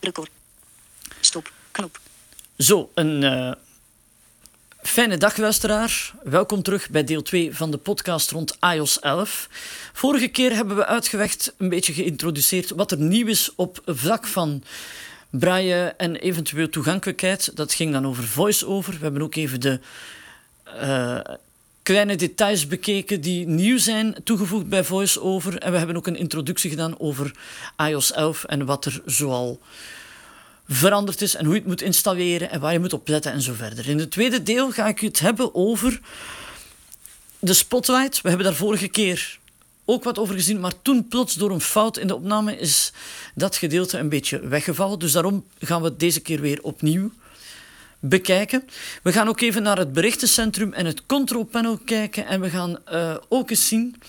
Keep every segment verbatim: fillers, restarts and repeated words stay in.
Record. Stop. Knop. Zo, een uh, fijne dag, luisteraar. Welkom terug bij deel twee van de podcast rond i O S elf. Vorige keer hebben we uitgelegd, een beetje geïntroduceerd, wat er nieuw is op vlak van braille en eventueel toegankelijkheid. Dat ging dan over voice-over. We hebben ook even de uh, kleine details bekeken die nieuw zijn toegevoegd bij voice-over. En we hebben ook een introductie gedaan over i O S elf en wat er zoal veranderd is en hoe je het moet installeren en waar je moet op letten en zo verder. In het tweede deel ga ik het hebben over de Spotlight. We hebben daar vorige keer ook wat over gezien, maar toen plots door een fout in de opname is dat gedeelte een beetje weggevallen. Dus daarom gaan we het deze keer weer opnieuw bekijken. We gaan ook even naar het berichtencentrum en het control panel kijken en we gaan uh, ook eens zien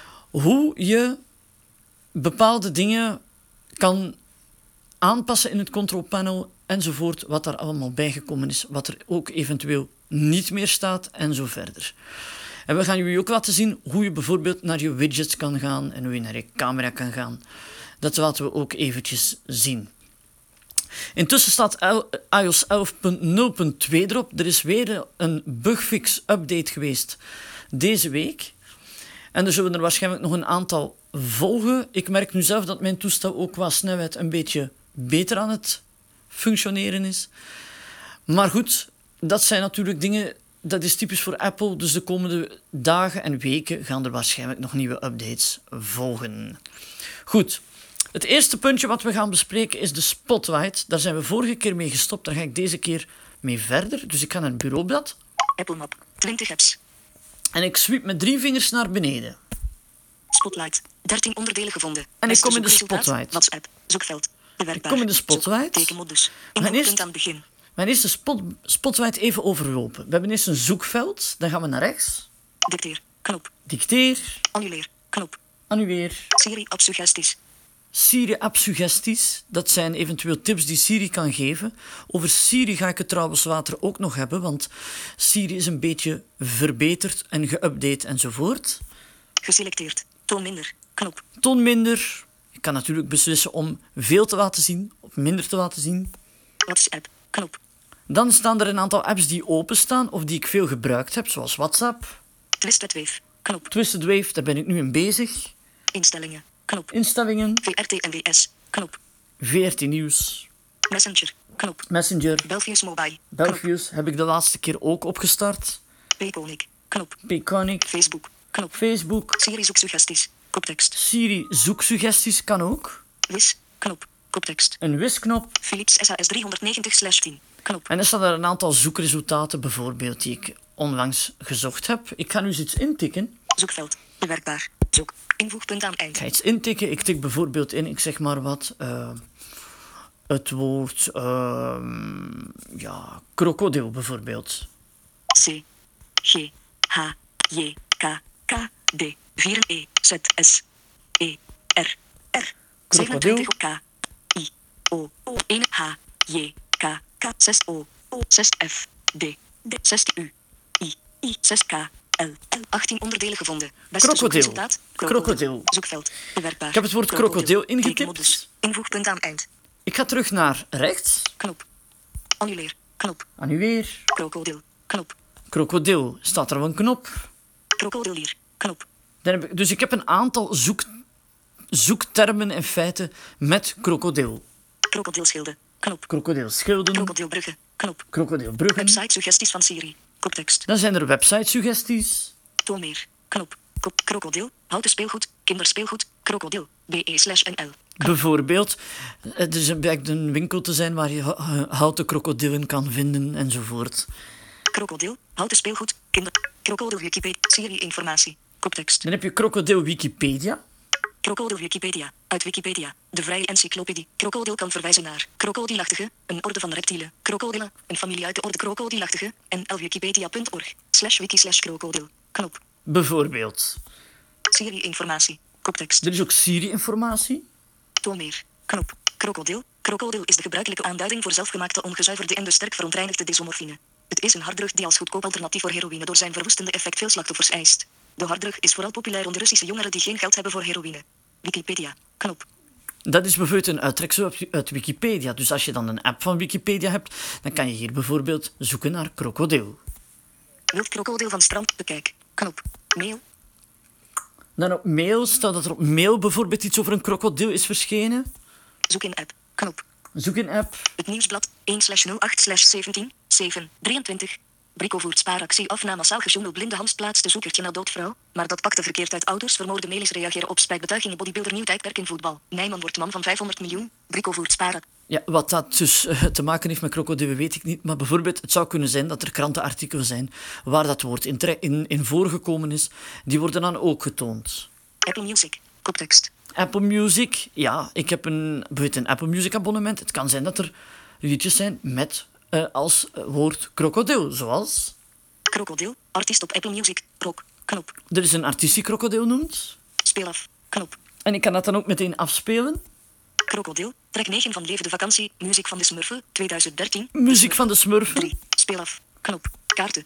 hoe je bepaalde dingen kan aanpassen in het control panel enzovoort, wat daar allemaal bijgekomen is, wat er ook eventueel niet meer staat en zo verder. En we gaan jullie ook laten zien hoe je bijvoorbeeld naar je widgets kan gaan en hoe je naar je camera kan gaan. Dat laten we ook eventjes zien. Intussen staat i O S elf punt nul punt twee erop. Er is weer een bugfix update geweest deze week. En er zullen er waarschijnlijk nog een aantal volgen. Ik merk nu zelf dat mijn toestel ook qua snelheid een beetje beter aan het functioneren is. Maar goed, dat zijn natuurlijk dingen, dat is typisch voor Apple. Dus de komende dagen en weken gaan er waarschijnlijk nog nieuwe updates volgen. Goed, het eerste puntje wat we gaan bespreken is de Spotlight. Daar zijn we vorige keer mee gestopt, daar ga ik deze keer mee verder. Dus ik ga naar het bureaublad. Apple Map. twintig apps. En ik sweep met drie vingers naar beneden. Spotlight. dertien onderdelen gevonden. En ik kom in de zoekresultaat. Spotlight. WhatsApp. Zoekveld. Bewerkbaar. Ik kom in de Spotlight. Zoek. Tekenmodus. Mijn Invoerpunt eerste- aan het begin. We gaan eerst de spot, Spotlight even overlopen. We hebben eerst een zoekveld, dan gaan we naar rechts. Dicteer. Knop. Dicteer, Annuleer. Knop. annuleer. Siri app suggesties. Siri-app-suggesties, dat zijn eventueel tips die Siri kan geven. Over Siri ga ik het trouwens later ook nog hebben, want Siri is een beetje verbeterd en geüpdate enzovoort. Geselecteerd. Toon minder. Knop. Toon minder. Ik kan natuurlijk beslissen om veel te laten zien of minder te laten zien. WhatsApp. Knop. Dan staan er een aantal apps die openstaan of die ik veel gebruikt heb, zoals WhatsApp. Twisted Wave. Knop. Twisted Wave, daar ben ik nu in bezig. Instellingen. Knop. Instellingen, V R T en W S. Knop. V R T Nieuws, Messenger. Knop. Messenger, Belfius Mobile. Knop. Belfius heb ik de laatste keer ook opgestart. Payconic. Knop. Payconic, Facebook. Knop. Facebook, Siri zoeksuggesties. Koptekst. Siri zoeksuggesties kan ook. Wis. Knop. Koptekst. Een wisknop. Philips S H S driehonderdnegentig slash tien. Knop. En er staan er een aantal zoekresultaten bijvoorbeeld die ik onlangs gezocht heb. Ik ga nu eens iets intikken. Zoekveld. Bewerkbaar. Zoek. Invoegpunt aan Ik eind. ga iets intikken. Ik tik bijvoorbeeld in, ik zeg maar wat, uh, het woord, uh, ja, krokodil bijvoorbeeld. C. G. H. J. K. K. D. vier E. Z. S. E. R. R. zevenentwintig K. I. O. O. één H. J. K. K. zes O. O. zes F. D. D. zes U. I. I. zes K. L. L. achttien onderdelen gevonden. Beste Krokodil. zoekresultaat. Krokodil. Zoekveld. Bewerkbaar. Ik heb het woord krokodil ingetipt. Tekenmodus. Invoegpunt aan eind. Ik ga terug naar rechts. Knop. Annuleer. Knop. Annuleer. Krokodil. Knop. Krokodil. Staat er al een knop? Krokodilier. Knop. Dan heb ik, dus ik heb een aantal zoek, zoektermen en feiten met krokodil. Krokodilschilden. Knop. Krokodilschilden, Krokodilbruggen. Knop. krokodilbruggen. Website suggesties van Siri. Koptekst. Dan zijn er website-suggesties. Toon meer. Knop. Kop. Krokodil. Houten speelgoed. Kinderspeelgoed. Krokodil. B E slash N L. Bijvoorbeeld, het is een, blijkt een winkel te zijn waar je ho- houten krokodillen kan vinden enzovoort. Krokodil. Houten speelgoed. Kinder. Krokodil Wikipedia. Siri informatie. Koptekst. Dan heb je krokodil Wikipedia. Krokodil Wikipedia. Uit Wikipedia. De vrije encyclopedie. Krokodil kan verwijzen naar krokodilachtige, een orde van reptielen. Krokodillen, een familie uit de orde krokodilachtige. En lwikipedia punt org. Slash wiki slash krokodil. Knop. Bijvoorbeeld. Siri informatie. Koptekst. Er is ook Siri-informatie. Toon meer. Knop. Krokodil. Krokodil is de gebruikelijke aanduiding voor zelfgemaakte ongezuiverde en dus sterk verontreinigde desomorfine. Het is een harddrug die als goedkoop alternatief voor heroïne door zijn verwoestende effect veel slachtoffers eist. De harddrug is vooral populair onder Russische jongeren die geen geld hebben voor heroïne. Wikipedia. Knop. Dat is bijvoorbeeld een uittreksel uit Wikipedia. Dus als je dan een app van Wikipedia hebt, dan kan je hier bijvoorbeeld zoeken naar krokodil. Wild krokodil van strand, bekijk. Knop. Mail. Dan op mail, stel dat er op mail bijvoorbeeld iets over een krokodil is verschenen. Zoek in app. Knop. Zoek in app. Het nieuwsblad één slash nul acht slash zeventien zeven drieëntwintig. Brico voert spaaractie af na massaal gesjoemel. Blinde Hans plaatste zoekertje naar doodvrouw. Maar dat pakte verkeerd uit. Ouders vermoorde Melis reageren op spijtbetuigingen. Bodybuilder nieuw tijdperk in voetbal. Nijman wordt man van vijfhonderd miljoen. Brico voert sparen. Ja, wat dat dus uh, te maken heeft met krokodillen weet ik niet. Maar bijvoorbeeld, het zou kunnen zijn dat er krantenartikelen zijn waar dat woord in, tre- in, in voorgekomen is. Die worden dan ook getoond. Apple Music. Koptekst. Apple Music. Ja, ik heb een, bijvoorbeeld een Apple Music abonnement. Het kan zijn dat er liedjes zijn met uh, als woord krokodil. Zoals... Krokodil. Artiest op Apple Music. Rock. Knop. Er is een artiest die krokodil noemt. Speel af. Knop. En ik kan dat dan ook meteen afspelen. Krokodil. Trek negen van Leven de Vakantie. Muziek van de Smurfen. twintig dertien. Muziek van de Smurfen. drie. Speel af. Knop. Kaarten.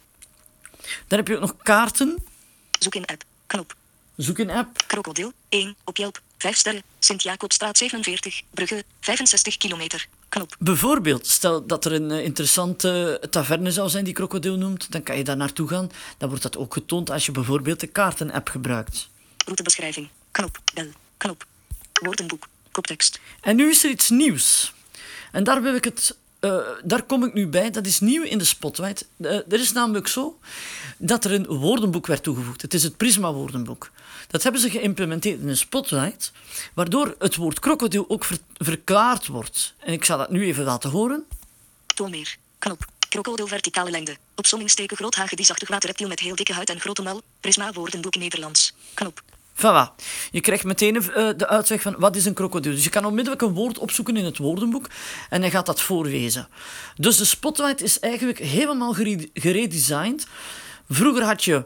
Dan heb je ook nog kaarten. Zoek in app. Knop. Zoek in app. Krokodil. één. Op Yelp. vijf sterren. Sint-Jacobstraat zevenenveertig. Brugge. vijfenzestig kilometer. Knop. Bijvoorbeeld, stel dat er een uh, interessante taverne zou zijn die krokodil noemt, dan kan je daar naartoe gaan. Dan wordt dat ook getoond als je bijvoorbeeld de kaarten-app gebruikt. Routebeschrijving. Knop. Bel. Knop. Woordenboek. Koptekst. En nu is er iets nieuws. En daar wil ik het... Uh, daar kom ik nu bij. Dat is nieuw in de Spotlight. Uh, er is namelijk zo dat er een woordenboek werd toegevoegd. Het is het Prisma-woordenboek. Dat hebben ze geïmplementeerd in de Spotlight, waardoor het woord krokodil ook ver- verklaard wordt. En ik zal dat nu even laten horen. Toon meer. Knop. Krokodil verticale lengte. Opsommingsteken groot hagedisachtig waterreptiel met heel dikke huid en grote muil. Prisma woordenboek in Nederlands. Knop. Voilà. Je krijgt meteen uh, de uitleg van wat is een krokodil. Dus je kan onmiddellijk een woord opzoeken in het woordenboek en hij gaat dat voorlezen. Dus de Spotlight is eigenlijk helemaal gere- geredesigned. Vroeger had je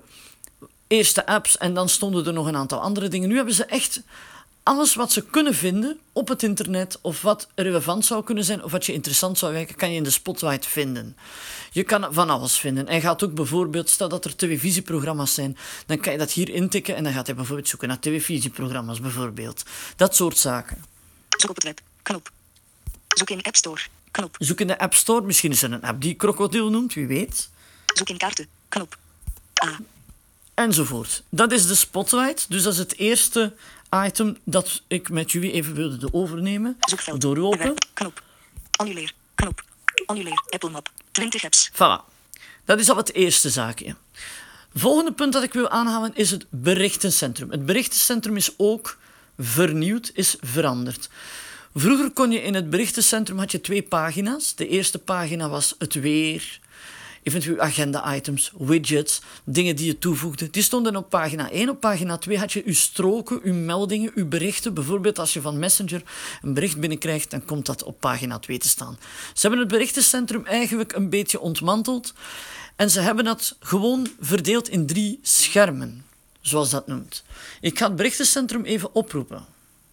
eerst de apps en dan stonden er nog een aantal andere dingen. Nu hebben ze echt alles wat ze kunnen vinden op het internet of wat relevant zou kunnen zijn of wat je interessant zou lijken, kan je in de Spotlight vinden. Je kan van alles vinden. En gaat ook bijvoorbeeld, stel dat er televisieprogramma's zijn, dan kan je dat hier intikken en dan gaat hij bijvoorbeeld zoeken naar televisieprogramma's bijvoorbeeld. Dat soort zaken. Zoek op het web. Knop. Zoek in App Store. Knop. Zoek in de App Store. Misschien is er een app die krokodil noemt, wie weet. Zoek in kaarten. Knop. A. Enzovoort. Dat is de Spotlight. Dus dat is het eerste item dat ik met jullie even wilde overnemen. Zoekveld. Doorlopen. Web. Knop. Annuleer. Knop. Annuleer. Apple Map. twintig apps. Voilà. Dat is al het eerste zaakje. Volgende punt dat ik wil aanhalen is het berichtencentrum. Het berichtencentrum is ook vernieuwd, is veranderd. Vroeger kon je in het berichtencentrum had je twee pagina's. De eerste pagina was het weer, eventueel agenda-items, widgets, dingen die je toevoegde. Die stonden op pagina één. Op pagina twee had je je stroken, je meldingen, je berichten. Bijvoorbeeld als je van Messenger een bericht binnenkrijgt, dan komt dat op pagina twee te staan. Ze hebben het berichtencentrum eigenlijk een beetje ontmanteld. En ze hebben dat gewoon verdeeld in drie schermen, zoals dat noemt. Ik ga het berichtencentrum even oproepen.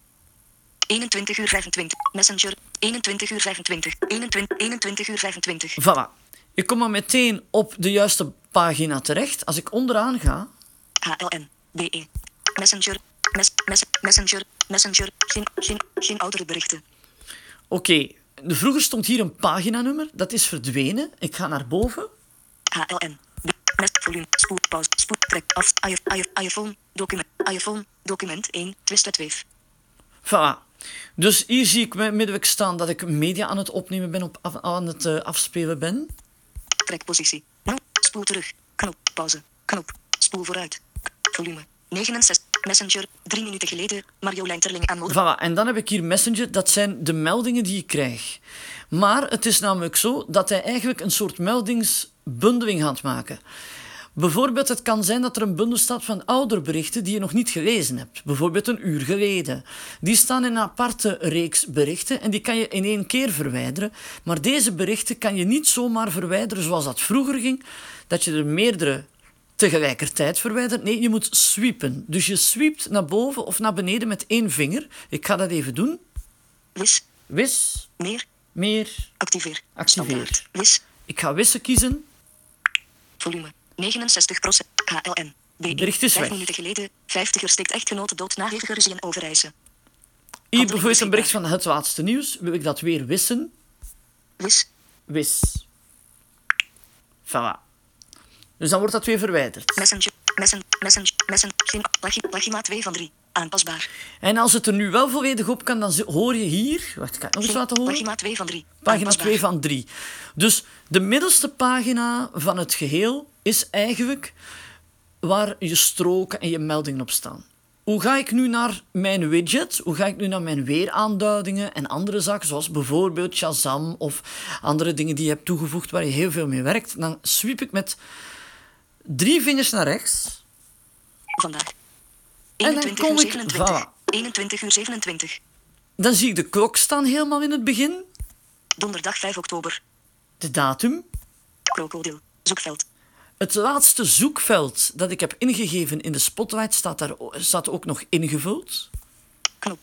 eenentwintig uur vijfentwintig. Messenger. eenentwintig uur vijfentwintig. eenentwintig, eenentwintig uur vijfentwintig. Voilà. Ik kom dan meteen op de juiste pagina terecht. Als ik onderaan ga... H L N. B E. Messenger. Mes, mes, messenger. Messenger. Geen, geen, geen oudere berichten. Oké, okay. Vroeger stond hier een paginanummer. Dat is verdwenen. Ik ga naar boven. H L N. B, mes, volume. Spoed. Pauze. Spoed. Trek. Af. I, I, iPhone. Document. iPhone. Document één. Twisted Wave. Voilà. Dus hier zie ik middenweg staan dat ik media aan het opnemen ben, op, af, aan het uh, afspelen ben. Trekpositie. No. Spoel terug. Knop. Pauze. Knop. Spoel vooruit. Volume. negenenzestig. Messenger. Drie minuten geleden. Marjolein Terling aanmoedigen. Voilà. En dan heb ik hier Messenger. Dat zijn de meldingen die ik krijg. Maar het is namelijk zo dat hij eigenlijk een soort meldingsbundeling gaat maken. Bijvoorbeeld, het kan zijn dat er een bundel staat van oudere berichten die je nog niet gelezen hebt. Bijvoorbeeld een uur geleden. Die staan in een aparte reeks berichten en die kan je in één keer verwijderen. Maar deze berichten kan je niet zomaar verwijderen zoals dat vroeger ging, dat je er meerdere tegelijkertijd verwijdert. Nee, je moet sweepen. Dus je sweept naar boven of naar beneden met één vinger. Ik ga dat even doen. Wis. Wis. Meer. Meer. Activeer. Activeer. Standaard. Wis. Ik ga wissen kiezen. Volume. negenenzestig procent. H L N. B E. Bericht is Vijf weg. minuten geleden. Vijftiger steekt echtgenote dood na hevige ruzie in Overijse. Hier bijvoorbeeld een bericht van het laatste nieuws. Wil ik dat weer wissen? Wis. Wis. Voilà. Dus dan wordt dat weer verwijderd. Messenger. Messen. Messen. Messen. Geen. Pagina, pagina twee van drie. Aanpasbaar. En als het er nu wel volledig op kan, dan zi- hoor je hier... Wacht, ik ga het nog eens Geen. laten horen. Pagina twee van drie. Pagina Aanpasbaar. twee van drie. Dus de middelste pagina van het geheel is eigenlijk waar je stroken en je meldingen op staan. Hoe ga ik nu naar mijn widget? Hoe ga ik nu naar mijn weeraanduidingen en andere zaken, zoals bijvoorbeeld Shazam of andere dingen die je hebt toegevoegd waar je heel veel mee werkt? Dan sweep ik met drie vingers naar rechts. Vandaag. En dan eenentwintig kom uur ik... zevenentwintig. Voilà. eenentwintig uur zevenentwintig. Dan zie ik de klok staan helemaal in het begin. Donderdag vijf oktober. De datum. Krokodil. Zoekveld. Het laatste zoekveld dat ik heb ingegeven in de Spotlight staat, daar, staat ook nog ingevuld. Knop.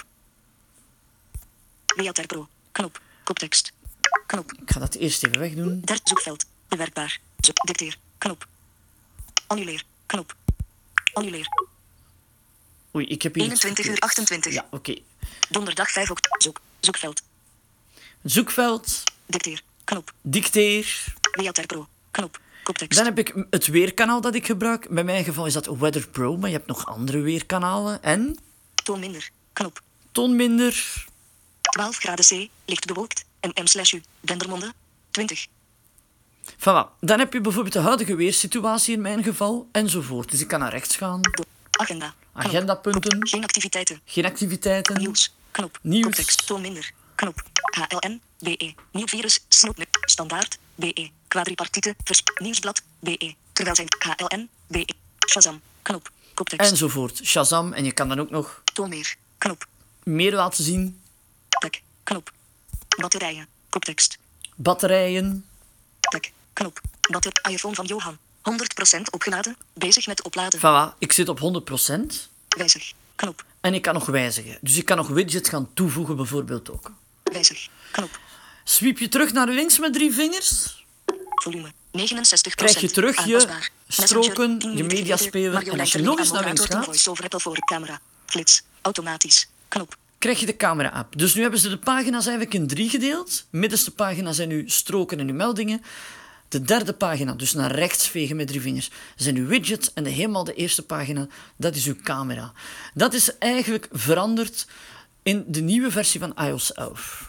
Beater Pro. Knop. Koptekst. Knop. Ik ga dat eerst even wegdoen. Derde zoekveld. Bewerkbaar. Zoek. Dicteer. Knop. Annuleer. Knop. Annuleer. Oei, ik heb hier... iets eenentwintig uur verkeerd. achtentwintig. Ja, oké. Donderdag vijf oktober. Zoek. Zoekveld. Zoekveld. Dicteer. Knop. Dicteer. Beater Pro. Knop. Koptekst. Dan heb ik het weerkanaal dat ik gebruik. Bij mijn geval is dat Weather Pro, maar je hebt nog andere weerkanalen. En Toon minder. Knop. toon minder. twaalf graden C. Licht bewolkt. M M slash U. Dendermonde. twintig. Voilà. Dan heb je bijvoorbeeld de huidige weersituatie in mijn geval, enzovoort. Dus ik kan naar rechts gaan. Agenda. Knop. Agendapunten. Geen activiteiten. Geen activiteiten. Nieuws. Knop. Nieuws. Koptekst. Toon minder. Knop. H L N. B E. Nieuw virus. Snoep. Standaard. B E. Quadripartite. Vers. Nieuwsblad. B E. Terwijl zijn H L N. B E. Shazam. Knop. Koptekst. Enzovoort. Shazam. En je kan dan ook nog Toon meer. Knop. meer laten zien. Plek. Knop. Batterijen. Koptekst. Batterijen. Plek. Knop. Batter. iPhone van Johan. honderd procent opgeladen. Bezig met opladen. Voilà. Ik zit op honderd procent. Wijzig. Knop. En ik kan nog wijzigen. Dus ik kan nog widgets gaan toevoegen bijvoorbeeld ook. Wijzig. Knop. Sweep je terug naar links met drie vingers. Volume. negenenzestig procent. Krijg je terug je Aanpasbaar. stroken, Messenger, tien je minuten mediaspeler. Mario En als je Lijnterling nog eens aan naar links moderator, gaat, voice-over Apple voor de camera. Flits. Automatisch. Knop. krijg je de camera-app. Dus nu hebben ze de pagina's eigenlijk in drie gedeeld. Middenste pagina zijn uw stroken en uw meldingen. De derde pagina, dus naar rechts vegen met drie vingers, zijn uw widgets. En de, helemaal de eerste pagina, dat is uw camera. Dat is eigenlijk veranderd in de nieuwe versie van i O S elf.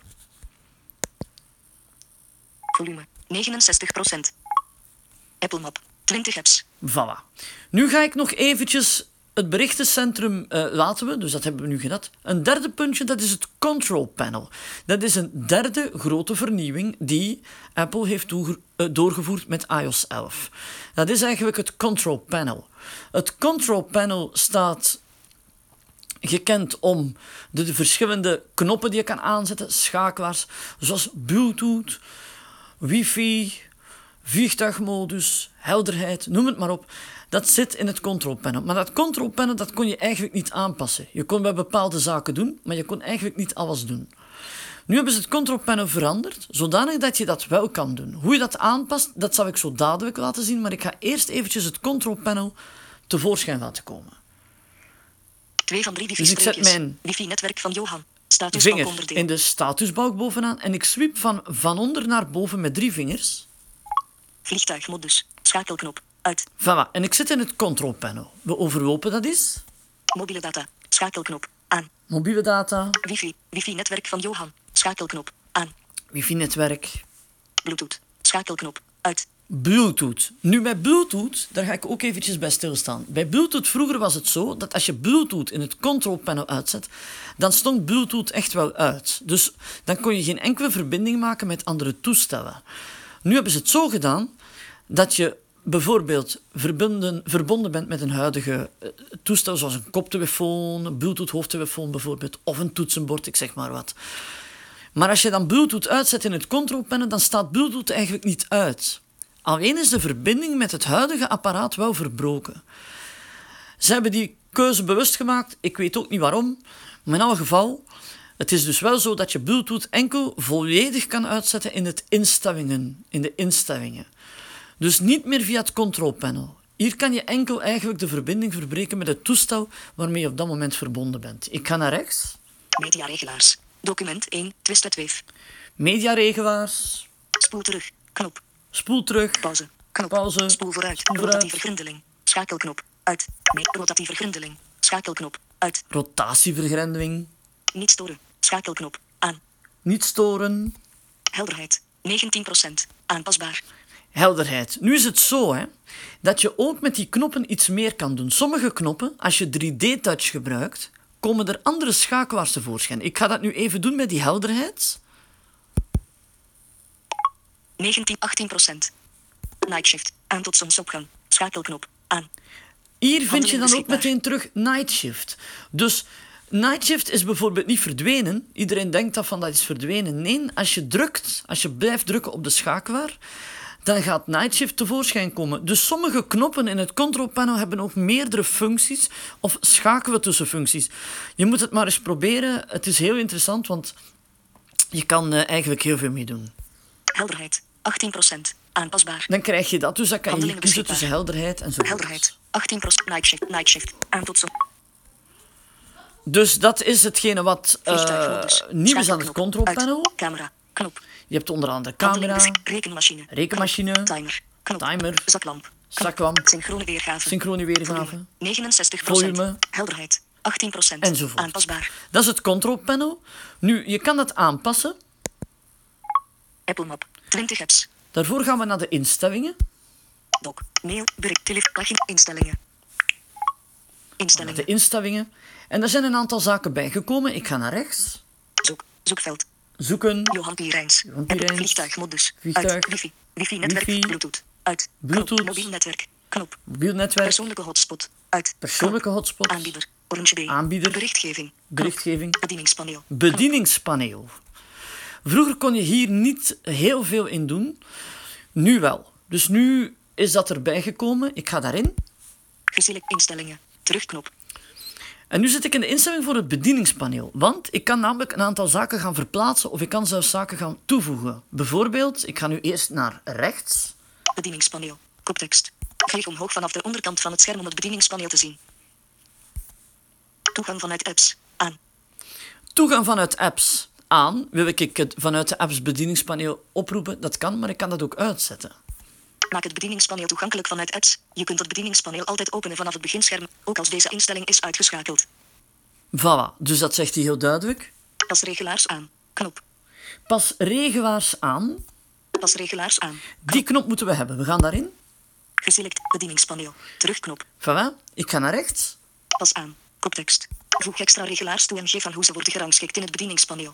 Volume. negenenzestig procent. Apple Map. twintig apps. Voilà. Nu ga ik nog eventjes het berichtencentrum uh, laten we, dus dat hebben we nu gedaan. Een derde puntje, dat is het Control Panel. Dat is een derde grote vernieuwing die Apple heeft toege- uh, doorgevoerd met i O S elf. Dat is eigenlijk het Control Panel. Het Control Panel staat gekend om de, de verschillende knoppen die je kan aanzetten, schakelaars, zoals Bluetooth, wifi, vliegtuigmodus, helderheid, noem het maar op. Dat zit in het control panel. Maar dat control panel dat kon je eigenlijk niet aanpassen. Je kon bij bepaalde zaken doen, maar je kon eigenlijk niet alles doen. Nu hebben ze het control panel veranderd, zodanig dat je dat wel kan doen. Hoe je dat aanpast, dat zal ik zo dadelijk laten zien, maar ik ga eerst eventjes het control panel tevoorschijn laten komen. Twee van drie Dus ik zet wifi-streepjes. mijn Wifi-netwerk van Johan. Statusbalk vinger onderdeel. in de statusbalk bovenaan en ik sweep van, van onder naar boven met drie vingers. Vliegtuigmodus. Schakelknop. Uit. Voilà, en ik zit in het control panel. We overlopen dat eens. Mobiele data. Schakelknop. Aan. Mobiele data, Wifi. Wifi-netwerk van Johan. Schakelknop. Aan. wifi-netwerk, Bluetooth. Schakelknop. Uit. Bluetooth. Nu, bij Bluetooth, daar ga ik ook eventjes bij stilstaan. Bij Bluetooth vroeger was het zo dat als je Bluetooth in het control panel uitzet, dan stond Bluetooth echt wel uit. Dus dan kon je geen enkele verbinding maken met andere toestellen. Nu hebben ze het zo gedaan dat je bijvoorbeeld verbonden, verbonden bent met een huidige uh, toestel, zoals een koptelefoon, een Bluetooth hoofdtelefoon bijvoorbeeld, of een toetsenbord, ik zeg maar wat. Maar als je dan Bluetooth uitzet in het control panel, dan staat Bluetooth eigenlijk niet uit. Alleen is de verbinding met het huidige apparaat wel verbroken. Ze hebben die keuze bewust gemaakt, ik weet ook niet waarom, maar in elk geval, het is dus wel zo dat je Bluetooth enkel volledig kan uitzetten in, het instellingen, in de instellingen. Dus niet meer via het control panel. Hier kan je enkel eigenlijk de verbinding verbreken met het toestel waarmee je op dat moment verbonden bent. Ik ga naar rechts. Mediaregelaars. Document één. Twisted wave. Mediaregelaars. Spoel terug. Knop. Spoel terug. Pauze. Knop. Pauze. Spoel vooruit. Spoel vooruit. Rotatieve grendeling. Schakelknop. Uit. Nee. Rotatieve grendeling. Schakelknop. Uit. Rotatievergrendeling. Niet storen. Schakelknop. Aan. Niet storen. Helderheid. negentien procent. Aanpasbaar. Helderheid. Nu is het zo, hè, dat je ook met die knoppen iets meer kan doen. Sommige knoppen, als je drie D-touch gebruikt, komen er andere schakelaars tevoorschijn. Ik ga dat nu even doen met die helderheid. negentien, achttien procent. Night shift. Aan tot zonsopgang. Schakelknop. Aan. Hier vind je dan ook beschikbaar. meteen terug Night Shift. Dus Night Shift is bijvoorbeeld niet verdwenen. Iedereen denkt dat van dat is verdwenen. Nee, als je drukt, als je blijft drukken op de schakelaar, dan gaat Night Shift tevoorschijn komen. Dus sommige knoppen in het control panel hebben ook meerdere functies of schakelen tussen functies. Je moet het maar eens proberen. Het is heel interessant, want je kan uh, eigenlijk heel veel mee doen. Helderheid. achttien procent. Aanpasbaar. Dan krijg je dat, dus dan kan je Handelingen kiezen beschikbaar. tussen helderheid en zo. Helderheid. achttien procent. Night shift. Night shift. Aan tot zon. Dus dat is hetgene wat uh, Vliegtuigmodus. nieuw is aan het Schakelknop. control Uit. panel. Camera. Knop. Je hebt onder andere Handelingen camera, beschik- Rekenmachine. rekenmachine, Knop. Timer. Knop. timer, Zaklamp. Knop. zaklamp, Synchrone weergave. synchrone weergave, Volume. negenenzestig procent. volume. Helderheid. achttien procent. enzovoort. Aanpasbaar. Dat is het control panel. Nu, je kan dat aanpassen. Apple Map. twintig apps. Daarvoor gaan we naar de instellingen. Doc. Mail. Bericht. Telefoon. Plugin. Instellingen. Naar Instellingen. de instellingen. En er zijn een aantal zaken bijgekomen. Ik ga naar rechts. Zoek. Zoekveld. Zoeken. Johan Pierijns. Johan Apple Pierijns. vliegtuigmodus. Vliegtuig. Uit. Wifi. Wifi-netwerk. Wifi. Bluetooth. Uit. Bluetooth. Knop. Mobiel netwerk. Knop. Mobiel netwerk. Persoonlijke hotspot. Uit. Persoonlijke Knop. hotspot. Aanbieder. Orange B. Aanbieder. Berichtgeving. Knop. Berichtgeving. Bedieningspaneel. Bedieningspaneel. Vroeger kon je hier niet heel veel in doen. Nu wel. Dus nu is dat erbij gekomen. Ik ga daarin. Geselect instellingen. Terugknop. En nu zit ik in de instelling voor het bedieningspaneel. Want ik kan namelijk een aantal zaken gaan verplaatsen of ik kan zelfs zaken gaan toevoegen. Bijvoorbeeld, ik ga nu eerst naar rechts. Bedieningspaneel. Koptekst. Veeg omhoog vanaf de onderkant van het scherm om het bedieningspaneel te zien. Toegang vanuit apps. Aan. Toegang vanuit apps aan. Wil ik het vanuit de apps bedieningspaneel oproepen? Dat kan, maar ik kan dat ook uitzetten. Maak het bedieningspaneel toegankelijk vanuit apps. Je kunt het bedieningspaneel altijd openen vanaf het beginscherm, ook als deze instelling is uitgeschakeld. Voilà, dus dat zegt hij heel duidelijk. Pas regelaars aan. Knop. Pas regelaars aan. Pas regelaars aan. Die knop moeten we hebben. We gaan daarin. Geselect bedieningspaneel. Terugknop. Voilà, ik ga naar rechts. Pas aan. Koptekst. Voeg extra regelaars toe en geef aan hoe ze worden gerangschikt in het bedieningspaneel.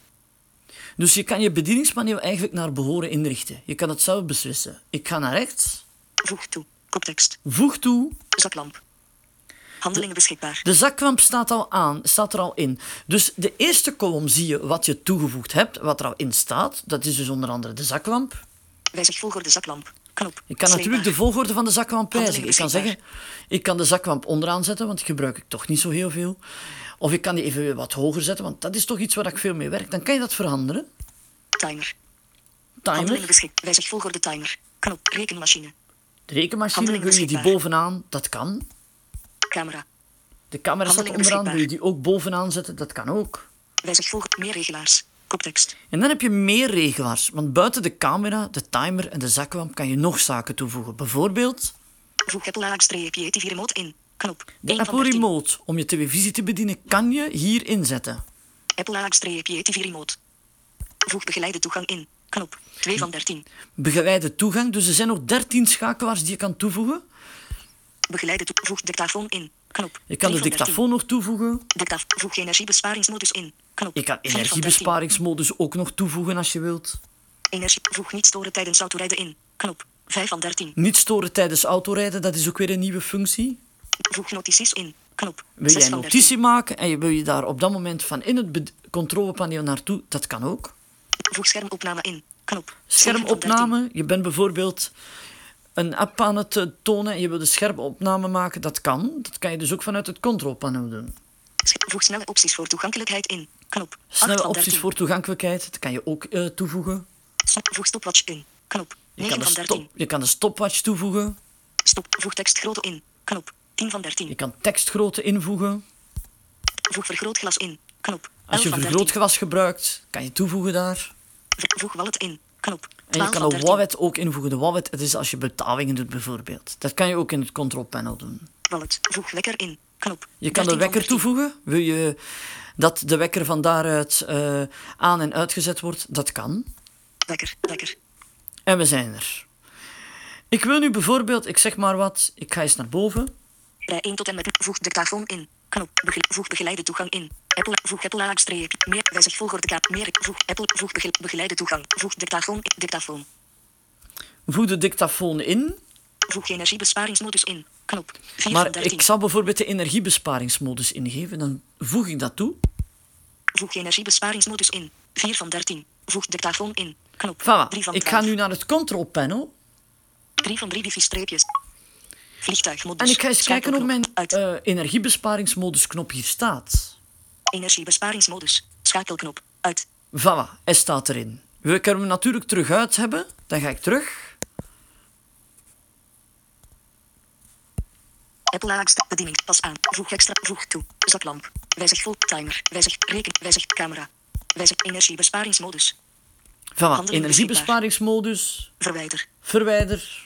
Dus je kan je bedieningspaneel eigenlijk naar behoren inrichten. Je kan het zelf beslissen. Ik ga naar rechts. Voeg toe. Koptekst. Voeg toe. Zaklamp. Handelingen beschikbaar. De zaklamp staat al aan, staat er al in. Dus de eerste kolom zie je wat je toegevoegd hebt, wat er al in staat. Dat is dus onder andere de zaklamp. Wijzig volgorde zaklamp. Knop. Ik kan natuurlijk de volgorde van de zaklamp wijzigen. Ik kan Handelingen zeggen, ik kan de zaklamp onderaan zetten, want die gebruik ik toch niet zo heel veel. Of ik kan die even wat hoger zetten, want dat is toch iets waar ik veel mee werk. Dan kan je dat veranderen. Timer. Handelingen Timer. beschikbaar. Wijzig volgorde timer. Knop. Rekenmachine. De rekenmachine, Handelingen wil je die beschikbaar. bovenaan? Dat kan. Camera. De camera staat Handelingen onderaan, wil je beschikbaar. die ook bovenaan zetten? Dat kan ook. Wijzig volgorde meer regelaars. Koptekst. En dan heb je meer regelaars, want buiten de camera, de timer en de zaklamp kan je nog zaken toevoegen. Bijvoorbeeld Voeg Apple A X T V remote in. Knop. de één van Apple dertien. Remote. Om je televisie te bedienen kan je hier inzetten. Apple A X T V remote. Voeg begeleide toegang in. Knop. twee van dertien. Begeleide toegang, dus er zijn nog dertien schakelaars die je kan toevoegen. Begeleide toe. Voeg dictafoon in. Knop. Je kan de drie van dictafoon nog toevoegen. dertien. Dictaf. Voeg energiebesparingsmodus in. Knop. Je kan vier van dertien. energiebesparingsmodus ook nog toevoegen als je wilt. Energie. Voeg niet storen tijdens autorijden in. Knop. vijf van dertien. Niet storen tijdens autorijden, dat is ook weer een nieuwe functie. Voeg notities in. Knop. Wil zes jij een van notitie maken en je wil je daar op dat moment van in het bed- controlepaneel naartoe, dat kan ook. dertien. Voeg schermopname in. Knop. zeven van dertien. Schermopname, je bent bijvoorbeeld een app aan het eh, tonen en je wil de schermopname maken, dat kan. Dat kan je dus ook vanuit het controlepaneel doen. Sch- Voeg snelle opties voor toegankelijkheid in. Knop. acht Snelle van opties dertien. voor toegankelijkheid, dat kan je ook eh, toevoegen. Stop- Voeg stopwatch in. Knop. Je kan, negen de van dertien. stop, je kan de stopwatch toevoegen. Stop. Voeg tekstgrootte in. Knop. tien van dertien. Je kan tekstgrootte invoegen. Voeg vergrootglas in. Knop. Als je van vergrootglas gebruikt, kan je toevoegen daar. Voeg wallet in. Knop. En je kan van de dertien. wallet ook invoegen. De wallet, het is als je betalingen doet bijvoorbeeld. Dat kan je ook in het control panel doen. Wallet. Voeg wekker in. Knop. Je kan de dertien van wekker dertien. toevoegen. Wil je dat de wekker van daaruit eh, aan- en uitgezet wordt? Dat kan. Wekker. Wekker. En we zijn er. Ik wil nu bijvoorbeeld, ik zeg maar wat, ik ga eens naar boven. Rij één tot en met. Voeg dictafoon in. Knop. Bege voeg begeleide toegang in. Apple. Voeg Apple laagstreep. Meer. Wijzig volgorde kaart. Meer. Voeg Apple. Voeg bege begeleide toegang. Voeg dictafoon. Dictafoon. Voeg de dictafoon in. Voeg energiebesparingsmodus in. Knop. vier van Maar dertien. ik zal bijvoorbeeld de energiebesparingsmodus ingeven. Dan voeg ik dat toe. Voeg energiebesparingsmodus in. vier van dertien. Voeg dictafoon in. Knop. Voilà. drie van Ik ga twaalf. nu naar het control panel. drie van drie wifi-streepjes. Vliegtuigmodus. En ik ga eens kijken of mijn Uit. eh, energiebesparingsmodus knop hier staat. Energiebesparingsmodus. Schakelknop. Uit. Voilà, hij staat erin. Wil ik hem natuurlijk terug uit hebben, dan ga ik terug. Apple laagste bediening. Pas aan. Voeg extra. Voeg toe. Zaklamp. Wijzig vol. Timer. Wijzig reken. Wijzig camera. Wijzig energiebesparingsmodus. Voilà, Handeling energiebesparingsmodus. Verwijder. Verwijder.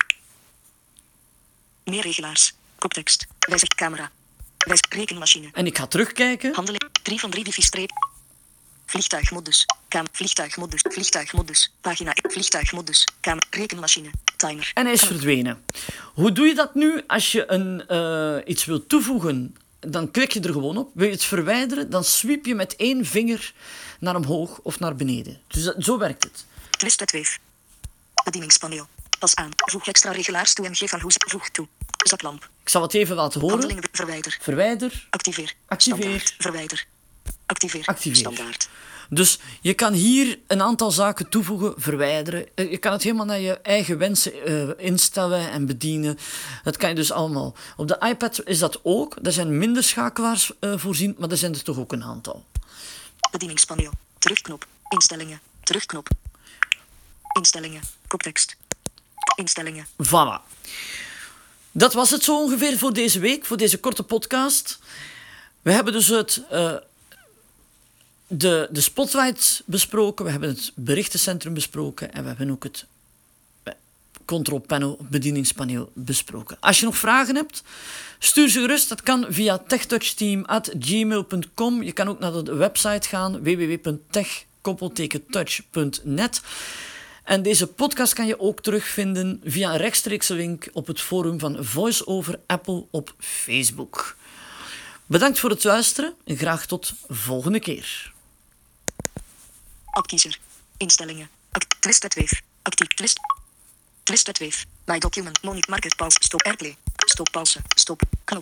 Meer regelaars. Koptekst. Wijzig camera. Wijzig rekenmachine. En ik ga terugkijken. Handeling. drie van drie wifi-streep. Vliegtuigmodus. Kam. Vliegtuigmodus. Vliegtuigmodus. Pagina. Vliegtuigmodus. Kam. Rekenmachine. Timer. En hij is Knop. verdwenen. Hoe doe je dat nu als je een, eh, iets wilt toevoegen? Dan klik je er gewoon op. Wil je het verwijderen, dan sweep je met één vinger naar omhoog of naar beneden. Dus dat- zo werkt het. Twisted wave. Bedieningspaneel. Pas aan. Voeg extra regelaars toe en geef aan hoe ze. Voeg toe. Zaklamp. Ik zal het even laten horen. Handelingen. Verwijder. Verwijder. Activeer. Activeer. Standaard. Verwijder. Activeer. Activeer. Standaard. Dus je kan hier een aantal zaken toevoegen, verwijderen. Eh, Je kan het helemaal naar je eigen wensen eh, instellen en bedienen. Dat kan je dus allemaal. Op de iPad is dat ook. Er zijn minder schakelaars eh, voorzien, maar er zijn er toch ook een aantal. Bedieningspaneel. Terugknop. Instellingen. Terugknop. Instellingen. Koptekst. Instellingen. Voilà. Dat was het zo ongeveer voor deze week, voor deze korte podcast. We hebben dus het, eh, de, de Spotlight besproken, we hebben het berichtencentrum besproken en we hebben ook het eh, control panel, bedieningspaneel besproken. Als je nog vragen hebt, stuur ze gerust. Dat kan via techtouchteam at gmail punt com. Je kan ook naar de website gaan, w w w punt tech touch punt net. En deze podcast kan je ook terugvinden via een rechtstreekse link op het forum van Voice over Apple op Facebook. Bedankt voor het luisteren en graag tot volgende keer. Appkiezer. Instellingen. Act Twisted wave. Actief twist. Twisted wave. My document. Monique Market Pulse. Stop Airplay. Stop pauze. Stop. Knop.